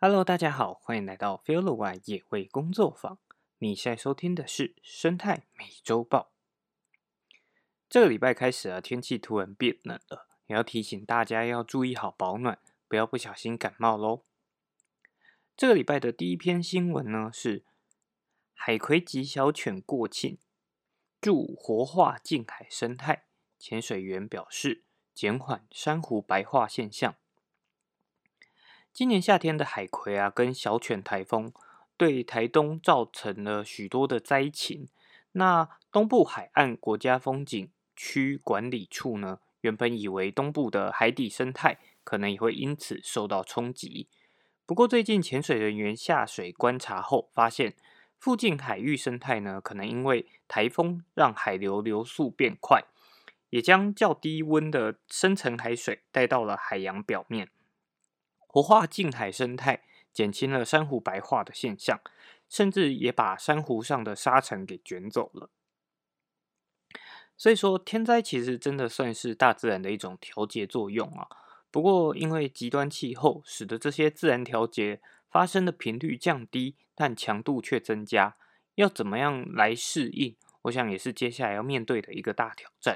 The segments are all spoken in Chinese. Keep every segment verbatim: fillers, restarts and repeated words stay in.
Hello，大家好，欢迎来到 f e e l 外野味工作坊。你现在收听的是生态美洲豹。这个礼拜开始啊，天气突然变冷了，也要提醒大家要注意好保暖，不要不小心感冒喽。这个礼拜的第一篇新闻呢是海葵及小犬过境，助活化近海生态。潜水员表示，减缓珊瑚白化现象。今年夏天的海葵啊，跟小犬台风对台东造成了许多的灾情。那东部海岸国家风景区管理处呢，原本以为东部的海底生态可能也会因此受到冲击。不过最近潜水人员下水观察后，发现附近海域生态呢，可能因为台风让海流流速变快，也将较低温的深层海水带到了海洋表面。活化近海生态，减轻了珊瑚白化的现象，甚至也把珊瑚上的沙尘给卷走了。所以说，天灾其实真的算是大自然的一种调节作用啊。不过，因为极端气候，使得这些自然调节发生的频率降低，但强度却增加。要怎么样来适应？我想也是接下来要面对的一个大挑战。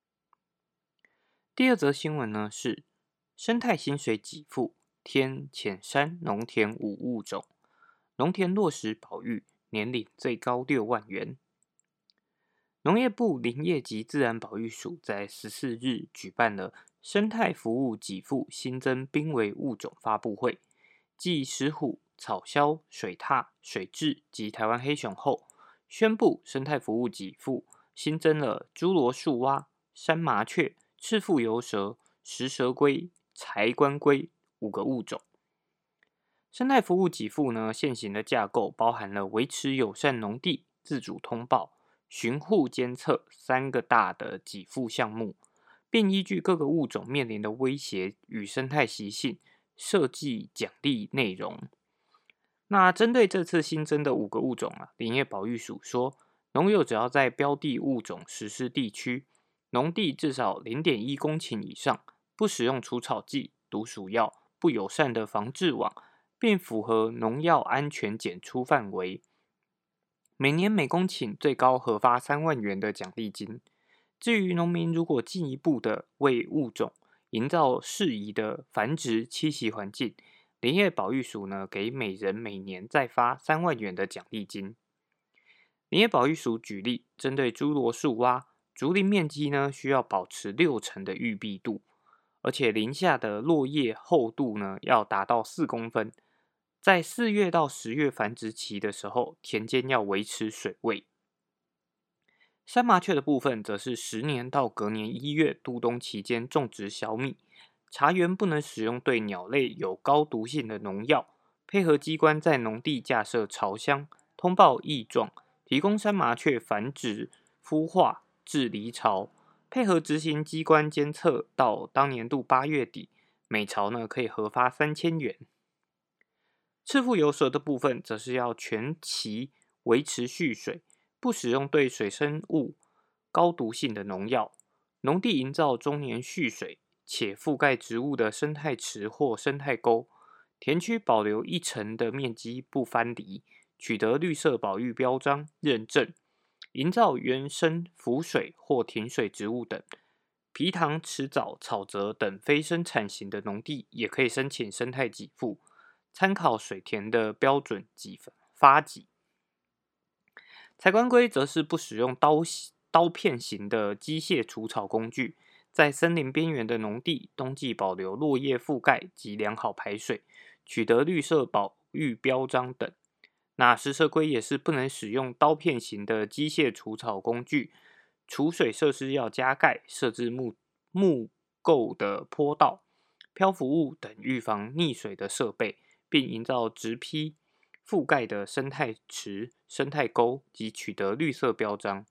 第二则新闻呢是生态薪水给付。天浅山农田五物种，农田落实保育，年领最高六万元。农业部林业及自然保育署在十四日举办了生态服务给付新增濒危物种发布会，继石虎、草鸮、水獭、水蛭及台湾黑熊后，宣布生态服务给付新增了侏罗树蛙、山麻雀、赤腹游蛇、石蛇龟、柴棺龟五个物种。生态服务给付呢，现行的架构包含了维持友善农地、自主通报、巡护监测三个大的给付项目，并依据各个物种面临的威胁与生态习性，设计奖励内容。那针对这次新增的五个物种啊，林业保育署说，农友只要在标的物种实施地区，农地至少 零点一公顷以上，不使用除草剂、毒鼠药、不友善的防治网，并符合农药安全检出范围，每年每公顷最高核发三万元的奖励金。至于农民如果进一步的为物种营造适宜的繁殖栖息环境，林业保育署呢给每人每年再发三万元的奖励金。林业保育署举例，针对侏罗树蛙，竹林面积呢需要保持六成的郁闭度，而且林下的落叶厚度呢要达到四公分。在四月到十月繁殖期的时候，田间要维持水位。山麻雀的部分则是十年到隔年一月度冬期间种植小米，茶园不能使用对鸟类有高毒性的农药，配合机关在农地架设巢箱，通报异状，提供山麻雀繁殖、孵化、治离巢，配合执行机关监测到当年度八月底，每巢呢可以核发三千元。赤腹游蛇的部分则是要全期维持蓄水，不使用对水生物高毒性的农药，农地营造终年蓄水且覆盖植物的生态池或生态沟，田区保留一成的面积不翻犁，取得绿色保育标章认证，营造原生浮水或停水植物等。皮塘、池藻、草泽等非生产型的农地也可以申请生态给付，参考水田的标准给发给。柴棺龟则是不使用刀刀片型的机械除草工具，在森林边缘的农地，冬季保留落叶覆盖及良好排水，取得绿色保育标章等。那石蛇龟也是不能使用刀片型的机械除草工具，储水设施要加盖，设置木木构的坡道、漂浮物等预防溺水的设备，并营造植批覆盖的生态池、生态沟及取得绿色标章。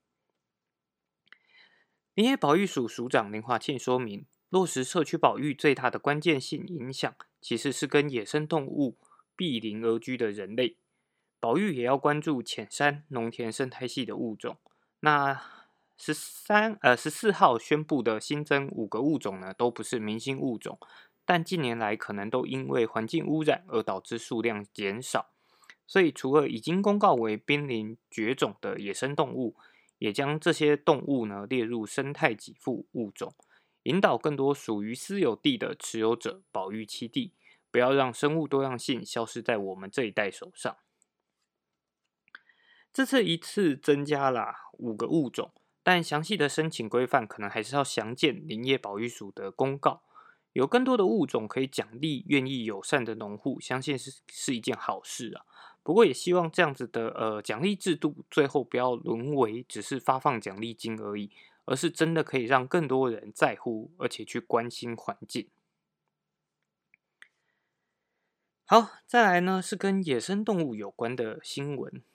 林业保育署署长林华庆说明，落实社区保育最大的关键性影响，其实是跟野生动物毗邻而居的人类。保育也要关注浅山农田生态系的物种。那十三呃十四号宣布的新增五个物种呢，都不是明星物种， 但近年来可能都因为环境污染而导致数量减少。所以除了已经公告为濒临绝种的野生动物，也将这些动物呢列入生态给付物种，引导更多属于私有地的持有者保育栖地，不要让生物多样性消失在我们这一代手上。这次一次增加了五个物种，但详细的申请规范可能还是要详见林业保育署的公告。有更多的物种可以奖励愿意友善的农户，相信是是一件好事啊。不过也希望这样子的呃奖励制度最后不要沦为只是发放奖励金而已，而是真的可以让更多人在乎，而且去关心环境。好，再来呢是跟野生动物有关的新闻。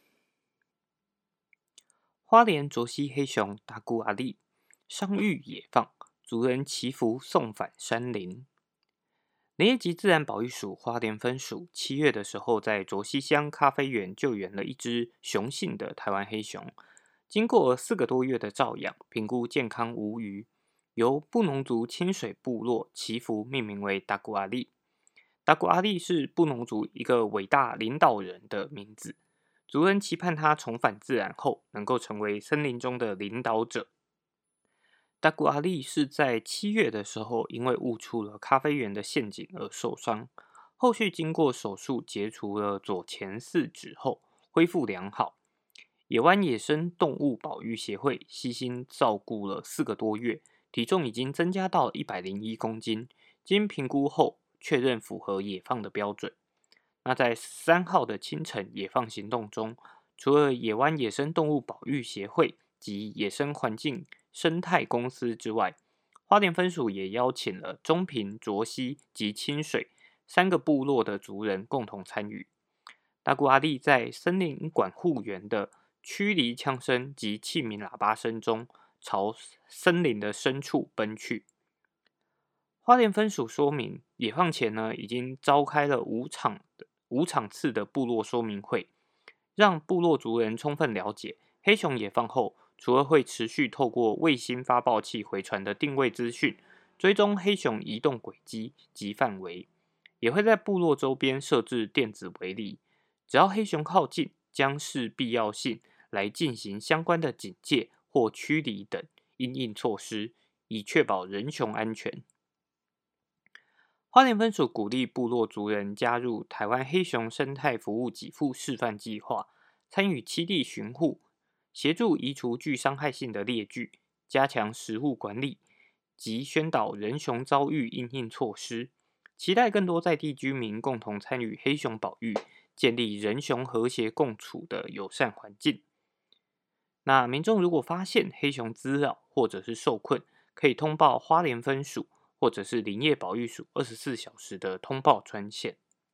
花莲卓溪黑熊达古阿力伤愈野放，族人祈福送返山林。林业及自然保育署花莲分署七月的时候，在卓溪乡咖啡园救援了一只雄性的台湾黑熊，经过四个多月的照养，评估健康无虞，由布农族清水部落祈福命名为达古阿力。达古阿力是布农族一个伟大领导人的名字。族人期盼他重返自然后，能够成为森林中的领导者。达古阿力是在七月的时候，因为误触了咖啡园的陷阱而受伤，后续经过手术截除了左前四指后，恢复良好。野湾野生动物保育协会悉心照顾了四个多月，体重已经增加到一百零一公斤，经评估后确认符合野放的标准。那在三号的清晨野放行动中，除了野湾野生动物保育协会及野生环境生态公司之外，花莲分署也邀请了中平、卓溪及清水三个部落的族人共同参与。达古阿力在森林管护员的驱离枪声及器鸣喇叭声中，朝森林的深处奔去。花莲分署说明，野放前呢，已经召开了五场的五场次的部落说明会，让部落族人充分了解黑熊野放后，除了会持续透过卫星发报器回传的定位资讯，追踪黑熊移动轨迹及范围，也会在部落周边设置电子围篱，只要黑熊靠近，将视必要性来进行相关的警戒或驱离等因应措施，以确保人熊安全。花莲分署鼓励部落族人加入台湾黑熊生态服务给付示范计划，参与栖地巡护，协助移除具伤害性的猎具，加强食物管理及宣导人熊遭遇因应措施。期待更多在地居民共同参与黑熊保育，建立人熊和谐共处的友善环境。那民众如果发现黑熊滋扰或者是受困，可以通报花莲分署或者是林业保育署二十四小时的通报专线。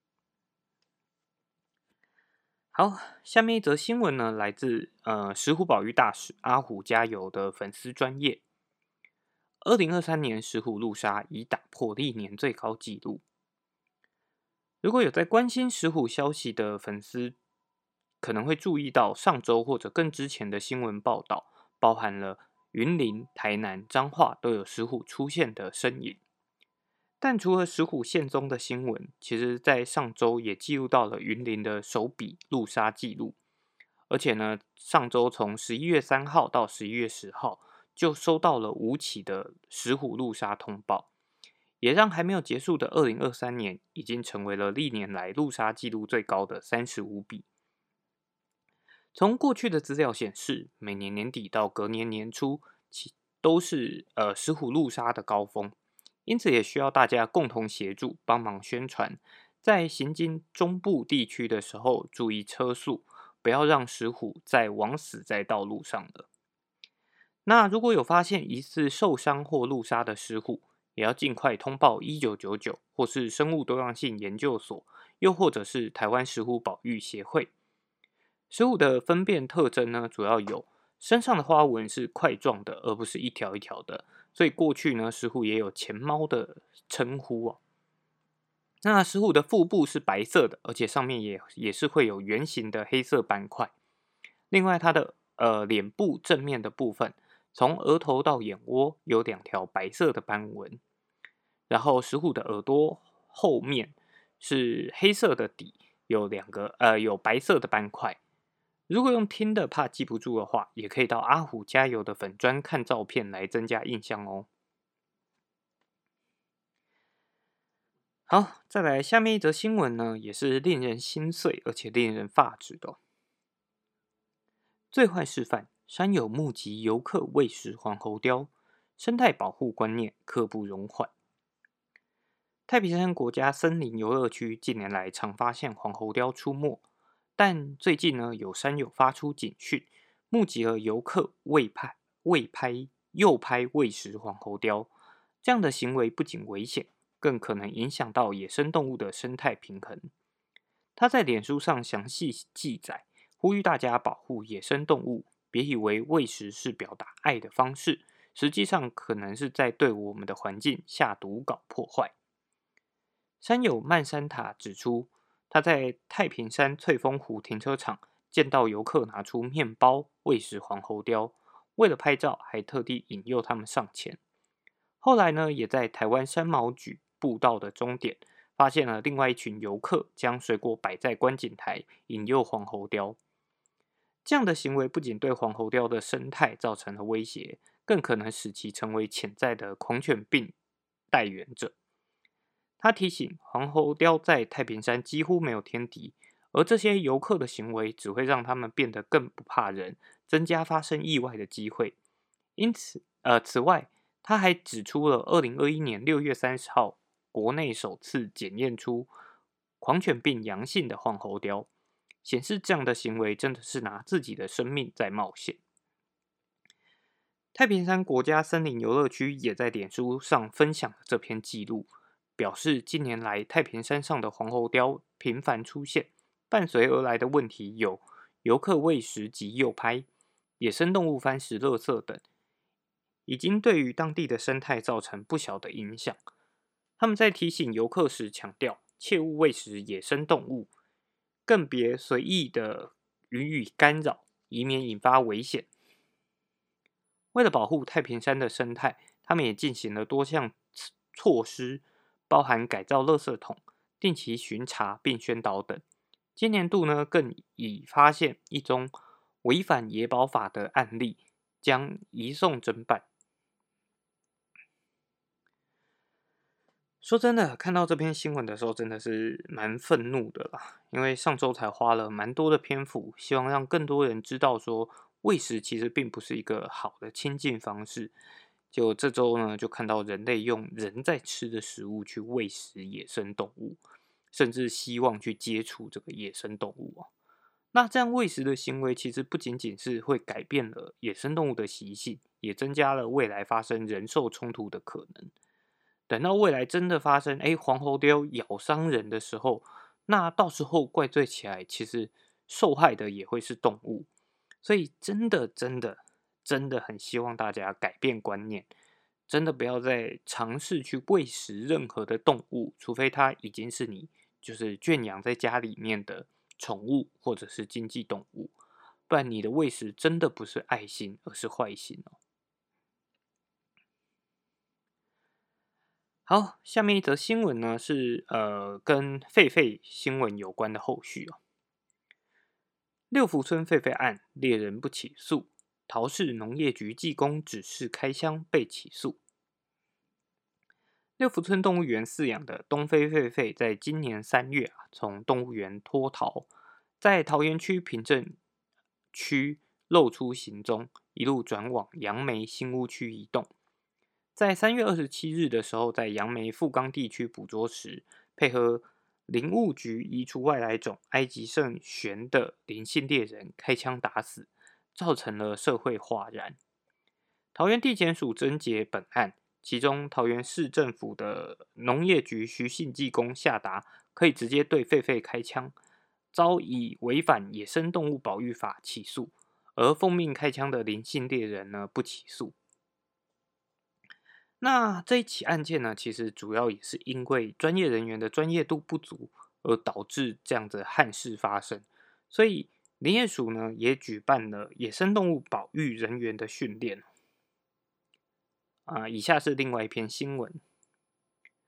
好，下面一则新闻呢，来自呃石虎保育大使阿虎加油的粉丝专页。二零二三年石虎路杀已打破历年最高纪录。如果有在关心石虎消息的粉丝，可能会注意到上周或者更之前的新闻报道，包含了云林、台南、彰化都有石虎出现的身影。但除了石虎现踪的新闻，其实在上周也记录到了云林的首笔路杀记录，而且呢，上周从十一月三号到十一月十号，就收到了五起的石虎路杀通报，也让还没有结束的二零二三年已经成为了历年来路杀记录最高的三十五笔。从过去的资料显示，每年年底到隔年年初，其都是呃石虎路杀的高峰。因此也需要大家共同协助帮忙宣传，在行经中部地区的时候注意车速，不要让石虎再枉死在道路上了。那如果有发现疑似受伤或路杀的石虎，也要尽快通报一九九九或是生物多样性研究所，又或者是台湾石虎保育协会。石虎的分辨特征呢，主要有身上的花纹是块状的，而不是一条一条的。所以过去呢，石虎也有钱猫的称呼哦。那石虎的腹部是白色的，而且上面也也是会有圆形的黑色斑块。另外，它的呃脸部正面的部分，从额头到眼窝有两条白色的斑纹。 然后石虎的耳朵后面是黑色的底，有两个呃有白色的斑块。如果用听的怕记不住的话，也可以到阿虎加油的粉专看照片来增加印象哦。好，再来下面一则新闻呢，也是令人心碎而且令人发指的、哦。最坏示范，山友目击游客喂食黄喉貂，生态保护观念刻不容缓。太平山国家森林游乐区近年来常发现黄喉貂出没，但最近呢，有山友发出警讯，目击了游客喂拍、喂拍、诱拍喂食黄喉貂，这样的行为不仅危险，更可能影响到野生动物的生态平衡。他在脸书上详细记载，呼吁大家保护野生动物，别以为喂食是表达爱的方式，实际上可能是在对我们的环境下毒搞破坏。山友漫山塔指出，他在太平山翠峰湖停车场见到游客拿出面包喂食黄喉貂，为了拍照还特地引诱他们上前。后来呢，也在台湾山毛榉步道的终点发现了另外一群游客将水果摆在观景台，引诱黄喉貂。这样的行为不仅对黄喉貂的生态造成了威胁，更可能使其成为潜在的狂犬病带源者。他提醒，黄喉貂在太平山几乎没有天敌，而这些游客的行为只会让他们变得更不怕人，增加发生意外的机会。因此，呃，此外，他还指出了二零二一年六月三十号国内首次检验出狂犬病阳性的黄喉貂，显示这样的行为真的是拿自己的生命在冒险。太平山国家森林游乐区也在脸书上分享了这篇记录，表示近年来太平山上的黄喉貂频繁出现，伴随而来的问题有游客喂食及诱拍、野生动物翻食垃圾等，已经对于当地的生态造成不小的影响。他们在提醒游客时强调，切勿喂食野生动物，更别随意的予以干扰，以免引发危险。为了保护太平山的生态，他们也进行了多项措施，包含改造垃圾桶、定期巡查并宣导等。今年度呢，更已发现一宗违反野保法的案例，将移送侦办。说真的，看到这篇新闻的时候，真的是蛮愤怒的啦。因为上周才花了蛮多的篇幅，希望让更多人知道说，喂食其实并不是一个好的亲近方式。就这周呢，就看到人类用人在吃的食物去喂食野生动物，甚至希望去接触这个野生动物啊。那这样喂食的行为，其实不仅仅是会改变了野生动物的习性，也增加了未来发生人兽冲突的可能。等到未来真的发生，哎，黄喉貂咬伤人的时候，那到时候怪罪起来，其实受害的也会是动物。所以真的、真的、真的很希望大家改变观念，真的不要再尝试去喂食任何的动物，除非它已经是你就是圈养在家里面的宠物或者是经济动物，不然你的喂食真的不是爱心，而是坏心哦。好，下面一则新闻呢是呃跟狒狒新闻有关的后续哦。六福村狒狒案，猎人不起诉，桃市农业局技工指示开箱被起诉。六福村动物园饲养的东非狒狒，在今年三月啊，从动物园脱逃，在桃园区平镇区露出行踪，一路转往杨梅新屋区移动。在三月二十七日的时候，在杨梅富冈地区捕捉时，配合林务局移除外来种埃及圣玄的林姓猎人开枪打死，造成了社会哗然。桃园地检署侦结本案，其中桃园市政府的农业局徐姓技工下达可以直接对狒狒开枪，遭以违反野生动物保育法起诉，而奉命开枪的林姓猎人呢不起诉。那这一起案件呢，其实主要也是因为专业人员的专业度不足，而导致这样的憾事发生。所以林业署呢也举办了野生动物保育人员的训练。啊、以下是另外一篇新闻。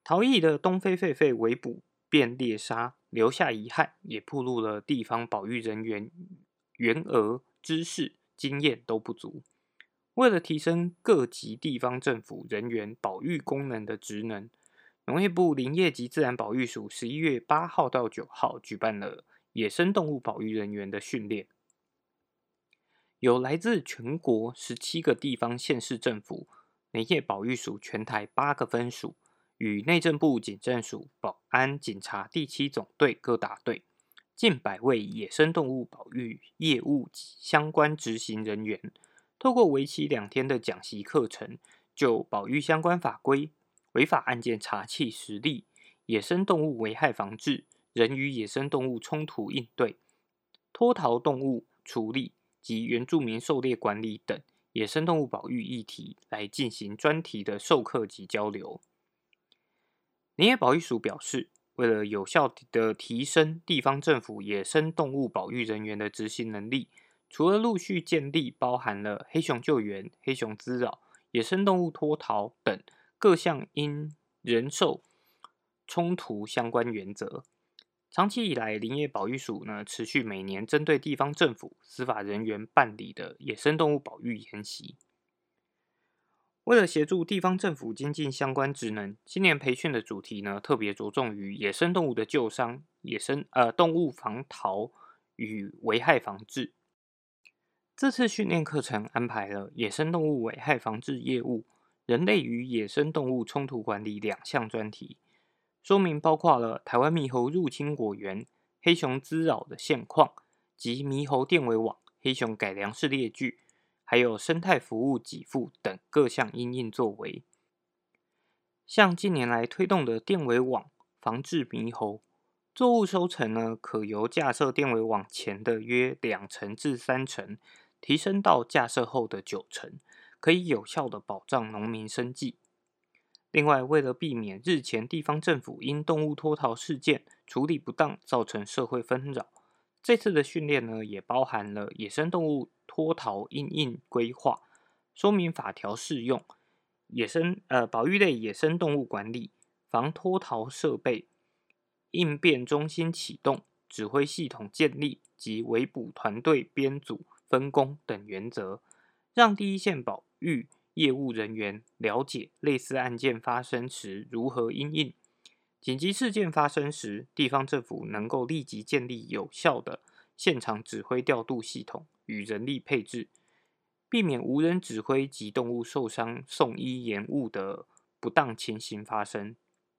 逃逸的东非狒狒围捕便猎杀，留下遗憾，也暴露了地方保育人员员额、知识、经验都不足。为了提升各级地方政府人员保育功能的职能，农业部林业及自然保育署十一月八号到九号举办了野生动物保育人员的训练，有来自全国十七个地方县市政府、林业保育署全台八个分署与内政部警政署保安警察第七总队各大队，近百位野生动物保育业务相关执行人员，透过为期两天的讲习课程，就保育相关法规、违法案件查缉实例、野生动物危害防治、人与野生动物冲突应对、脱逃动物处理及原住民狩猎管理等野生动物保育议题来进行专题的授课及交流。林业保育署表示，为了有效的提升地方政府野生动物保育人员的执行能力，除了陆续建立包含了黑熊救援、黑熊滋扰、野生动物脱逃等各项因人兽冲突相关原则，长期以来，林业保育署呢持续每年针对地方政府、司法人员办理的野生动物保育研习。为了协助地方政府精进相关职能，今年培训的主题呢特别着重于野生动物的救伤、野生呃动物防逃与危害防治。这次训练课程安排了野生动物危害防治业务、人类与野生动物冲突管理两项专题，说明包括了台湾猕猴入侵果园、黑熊滋扰的现况及猕猴电围网、黑熊改良式猎具，还有生态服务给付等各项因应作为。像近年来推动的电围网防治猕猴，作物收成呢可由架设电围网前的约两成至三成，提升到架设后的九成，可以有效的保障农民生计。另外，为了避免日前地方政府因动物脱逃事件处理不当造成社会纷扰，这次的训练呢，也包含了野生动物脱逃因应规划、说明法条适用、野生呃保育类野生动物管理、防脱逃设备、应变中心启动、指挥系统建立及围捕团队编组分工等原则，让第一线保育业务人员了解类似案件发生时如何因应，紧急事件发生时，地方政府能够立即建立有效的现场指挥调度系统与人力配置，避免无人指挥及动物受伤送医延误的不当情形发生。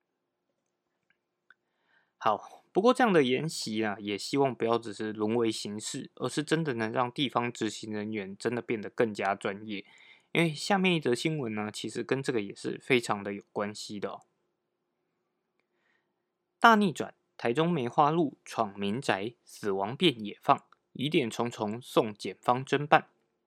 好，不过这样的研习啊，也希望不要只是沦为形式，而是真的能让地方执行人员真的变得更加专业。因为下面一则新闻呢，其实跟这个也是非常的有关系的哦。大逆转，台中梅花鹿闯民宅，死亡变野放，疑点重重，送检方侦办。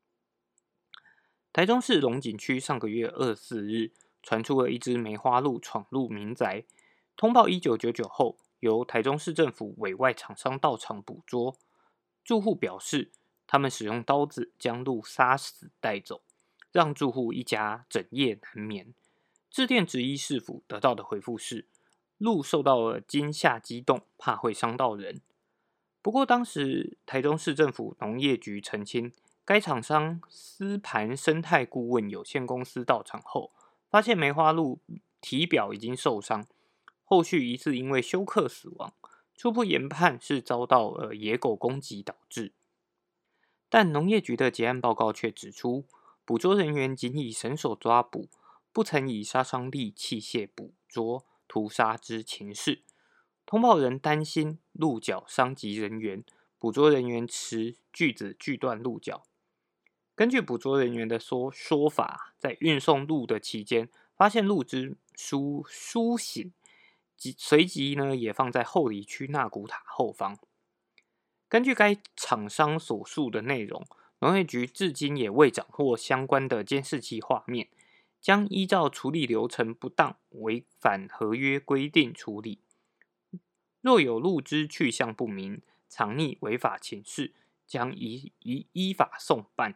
台中市龙井区上个月二十四日传出了一只梅花鹿闯入民宅，通报一九九九后，由台中市政府委外厂商到场捕捉。住户表示，他们使用刀子将鹿杀死带走，让住户一家整夜难眠。致电质疑市府，得到的回复是，鹿受到了惊吓激动，怕会伤到人。不过当时台中市政府农业局澄清，该厂商思盘生态顾问有限公司到场后，发现梅花鹿体表已经受伤，后续疑似因为休克死亡，初步研判是遭到了野狗攻击导致。但农业局的结案报告却指出，捕捉人员仅以绳索抓捕，不曾以杀伤力器械捕捉、屠杀之情事。通报人担心鹿角伤及人员，捕捉人员持锯子锯断鹿角。根据捕捉人员的说说法，在运送鹿的期间，发现鹿只苏苏醒，随即呢也放在后里区纳古塔后方。根据该厂商所述的内容，农业局至今也未掌握相关的监视器画面，将依照处理流程不当、违反合约规定处理。若有鹿只去向不明、藏匿违法情事，将依依依法送办。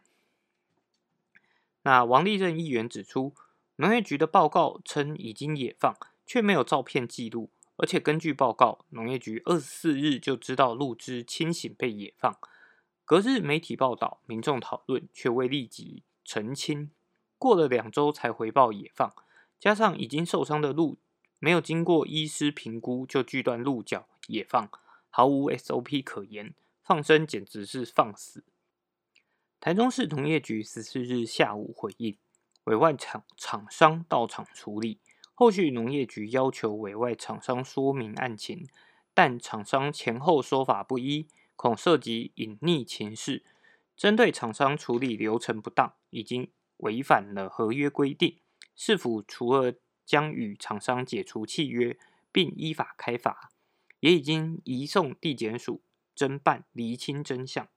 那王立任议员指出，农业局的报告称已经野放， 却没有照片记录，而且根据报告，农业局二十四日就知道鹿只清醒被野放。隔日媒体报道，民众讨论，却未立即澄清。过了两周才回报野放，加上已经受伤的鹿没有经过医师评估就锯断鹿角野放，毫无 S O P 可言，放生简直是放死。台中市农业局十四日下午回应，委外厂厂商到场处理，后续农业局要求委外厂商说明案情，但厂商前后说法不一，恐涉及隐匿情事。针对厂商处理流程不当，已经违反了合约规定，市府除了将与厂商解除契约，并依法开罚，也已经移送地检署侦办厘清真相。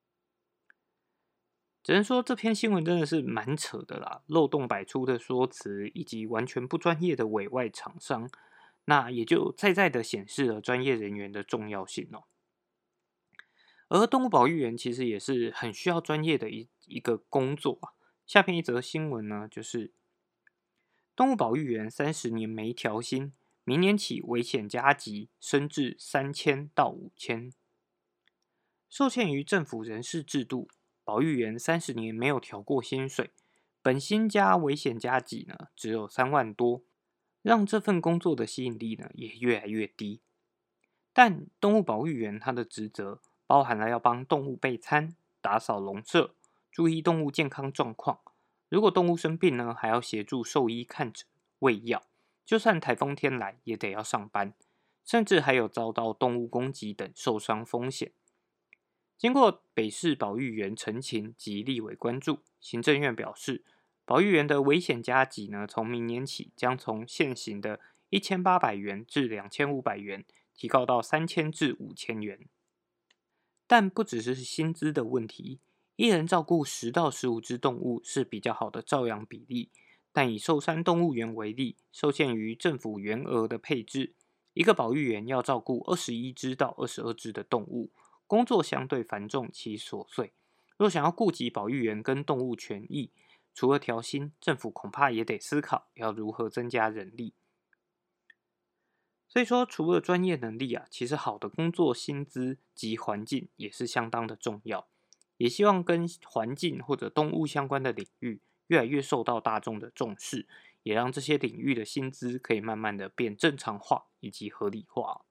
只能说这篇新闻真的是蛮扯的啦，漏洞百出的说辞，以及完全不专业的委外厂商，那也就再再的显示了专业人员的重要性哦。而动物保育员其实也是很需要专业的一一个工作啊。下面一则新闻呢，就是动物保育员三十年没调薪，明年起危险加级升至三千到五千。受限于政府人事制度，保育员三十年没有调过薪水，本薪加危险加级呢只有三万多，让这份工作的吸引力呢也越来越低。但动物保育员他的职责包含了要帮动物备餐、打扫笼舍、注意动物健康状况。如果动物生病呢，还要协助兽医看诊、喂药。就算台风天来，也得要上班，甚至还有遭到动物攻击等受伤风险。经过北市保育员陈情及立委关注，行政院表示，保育员的危险加级呢，从明年起将从现行的一千八百元至两千五百元，提高到三千至五千元。但不只是薪资的问题，一人照顾十到十五只动物是比较好的照养比例。但以寿山动物园为例，受限于政府员额的配置，一个保育员要照顾二十一只到二十二只的动物，工作相对繁重且琐碎。若想要顾及保育员跟动物权益，除了调薪，政府恐怕也得思考要如何增加人力。所以说，除了专业能力啊，其实好的工作薪资及环境也是相当的重要。也希望跟环境或者动物相关的领域越来越受到大众的重视，也让这些领域的薪资可以慢慢的变正常化以及合理化。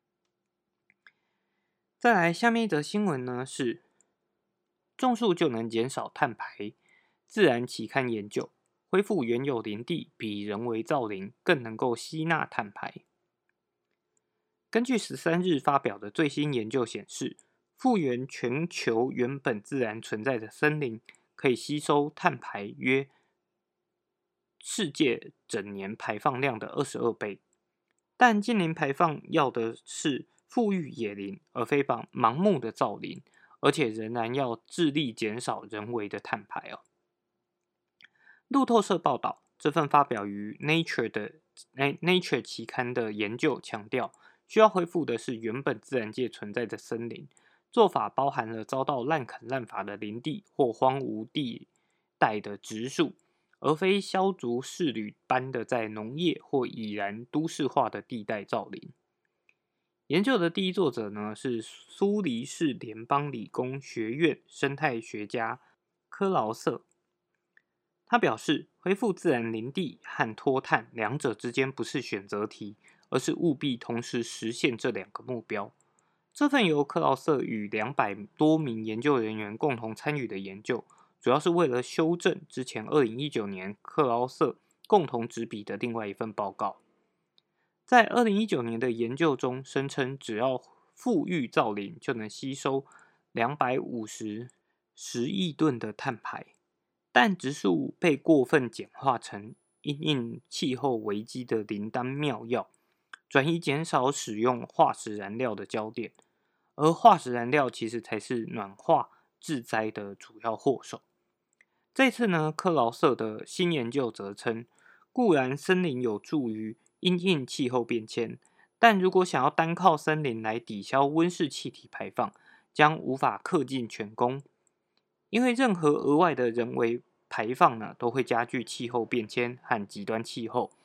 再来，下面一则新闻呢是种树就能减少碳排，自然期刊研究恢复原有林地比人为造林更能够吸纳碳排。根据十三日发表的最新研究显示，复原全球原本自然存在的森林，可以吸收碳排约世界整年排放量的二十二倍。但近零排放要的是富裕野林，而非盲盲目的造林，而且仍然要致力减少人为的碳排哦。路透社报道，这份发表于 Nature 的 Nature 期刊的研究强调，需要恢复的是原本自然界存在的森林，做法包含了遭到滥砍滥伐的林地或荒芜地带的植树，而非削足适履般的在农业或已然都市化的地带造林。研究的第一作者呢是苏黎世联邦理工学院生态学家科劳瑟。他表示，恢复自然林地和脱碳两者之间不是选择题，而是务必同时实现这两个目标。这份由克劳瑟与两百多名研究人员共同参与的研究，主要是为了修正之前二零一九年克劳瑟共同执笔的另外一份报告。在二零一九年的研究中，声称只要富裕造林就能吸收两百五十十亿吨的碳排。但植树被过分简化成因应气候危机的灵丹妙药，转移减少使用化石燃料的焦点，而化石燃料其实才是暖化致灾的主要祸首。这次呢，克劳瑟的新研究则称，固然森林有助于因应气候变迁，但如果想要单靠森林来抵消温室气体排放，将无法恪尽全功。因为任何额外的人为排放呢，都会加剧气候变迁和极端气候。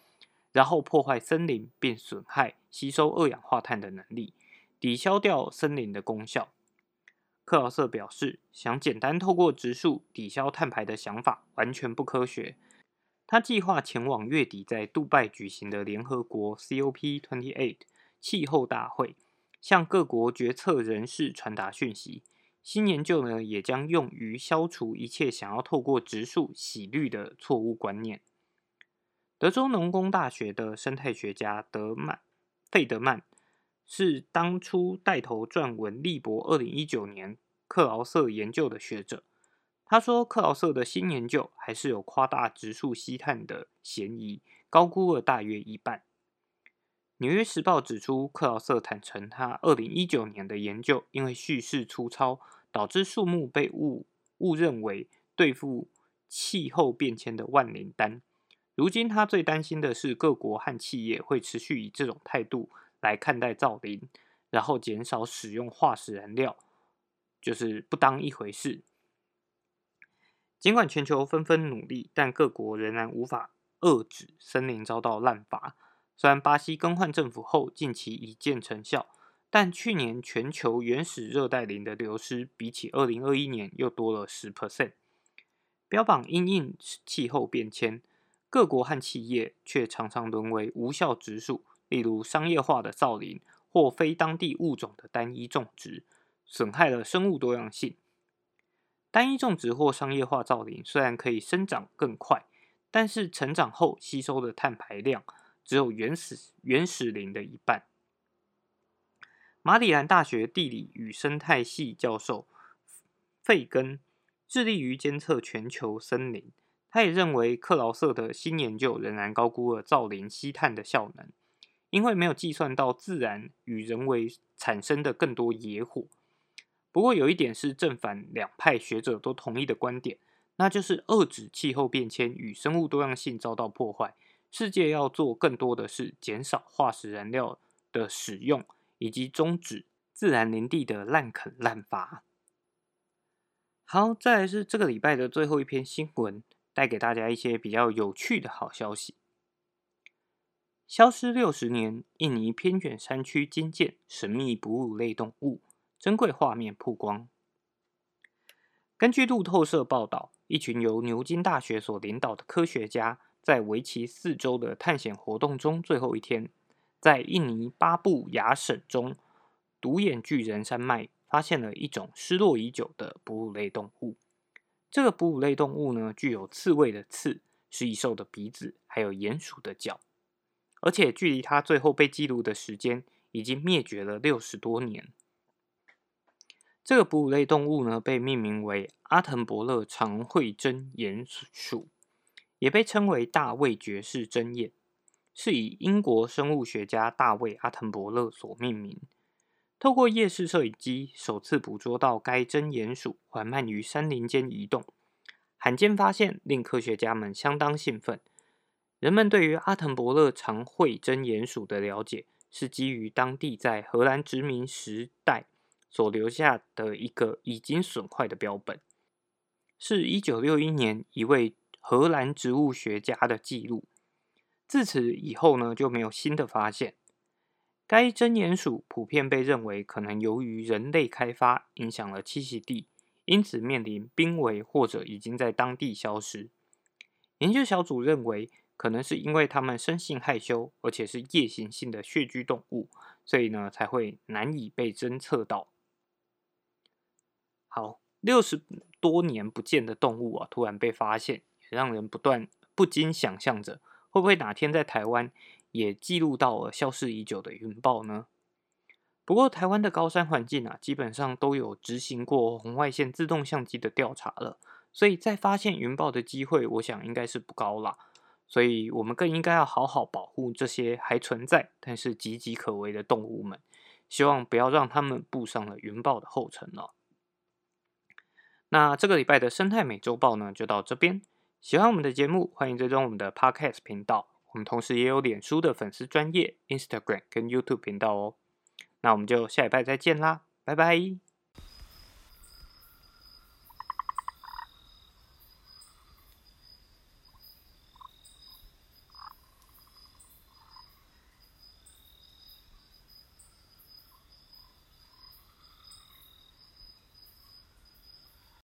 然后破坏森林并损害吸收二氧化碳的能力，抵消掉森林的功效。克劳瑟表示，想简单透过植树抵消碳排的想法完全不科学。他计划前往月底在杜拜举行的联合国 C O P 二十八 气候大会，向各国决策人士传达讯息。新研究呢，也将用于消除一切想要透过植树洗绿的错误观念。德州农工大学的生态学家德曼费德曼是当初带头撰文力驳二零一九年克劳瑟研究的学者。他说，克劳瑟的新研究还是有夸大植树吸碳的嫌疑，高估了大约一半。纽约时报指出，克劳瑟坦承他二零一九年的研究因为叙事粗糙，导致树木被误误认为对付气候变迁的万灵丹。如今他最担心的是各国和企业会持续以这种态度来看待造林，然后减少使用化石燃料，就是不当一回事。尽管全球纷纷努力，但各国仍然无法遏止森林遭到滥伐。虽然巴西更换政府后近期已见成效，但去年全球原始热带林的流失比起二零二一年又多了 百分之十。 标榜因应气候变迁，各国和企业却常常沦为无效植树，例如商业化的造林或非当地物种的单一种植，损害了生物多样性。单一种植或商业化造林虽然可以生长更快，但是成长后吸收的碳排量只有原始原始林的一半。马里兰大学地理与生态系教授费根致力于监测全球森林，他也认为克劳瑟的新研究仍然高估了造林吸碳的效能，因为没有计算到自然与人为产生的更多野火。不过有一点是正反两派学者都同意的观点，那就是遏止气候变迁与生物多样性遭到破坏，世界要做更多的是减少化石燃料的使用，以及终止自然林地的滥垦滥伐。好，再来是这个礼拜的最后一篇新闻，带给大家一些比较有趣的好消息。消失六十年，印尼偏远山区惊见神秘哺乳类动物，珍贵画面曝光。根据路透社报道，一群由牛津大学所领导的科学家，在为期四周的探险活动中最后一天，在印尼巴布亚省中独眼巨人山脉发现了一种失落已久的哺乳类动物。这个哺乳类动物呢，具有刺猬的刺、食蚁兽的鼻子，还有鼹鼠的脚，而且距离它最后被记录的时间已经灭绝了六十多年。这个哺乳类动物呢，被命名为阿腾伯勒长喙针鼹鼠，也被称为大卫爵士针鼹，是以英国生物学家大卫阿腾伯勒所命名。透过夜视摄影机首次捕捉到该针鼹鼠缓慢于山林间移动，罕见发现令科学家们相当兴奋。人们对于阿腾伯勒长喙针鼹鼠的了解，是基于当地在荷兰殖民时代所留下的一个已经损坏的标本，是一九六一年一位荷兰植物学家的记录。自此以后呢，就没有新的发现。该针鼹鼠普遍被认为可能由于人类开发影响了栖息地，因此面临濒危或者已经在当地消失。研究小组认为，可能是因为它们生性害羞，而且是夜行性的穴居动物，所以呢才会难以被侦测到。好，六十多年不见的动物啊，突然被发现，也让人不断不禁想象着，会不会哪天在台湾也记录到了消失已久的云豹呢？不过台湾的高山环境啊，基本上都有执行过红外线自动相机的调查了，所以再发现云豹的机会，我想应该是不高啦。所以我们更应该要好好保护这些还存在但是岌岌可危的动物们，希望不要让他们步上了云豹的后尘了。那这个礼拜的生态美洲豹呢，就到这边。喜欢我们的节目，欢迎追踪我们的 Podcast 频道。我们同时也有脸书的粉丝专页、Instagram 跟 YouTube 频道哦。那我们就下礼拜再见啦，拜拜。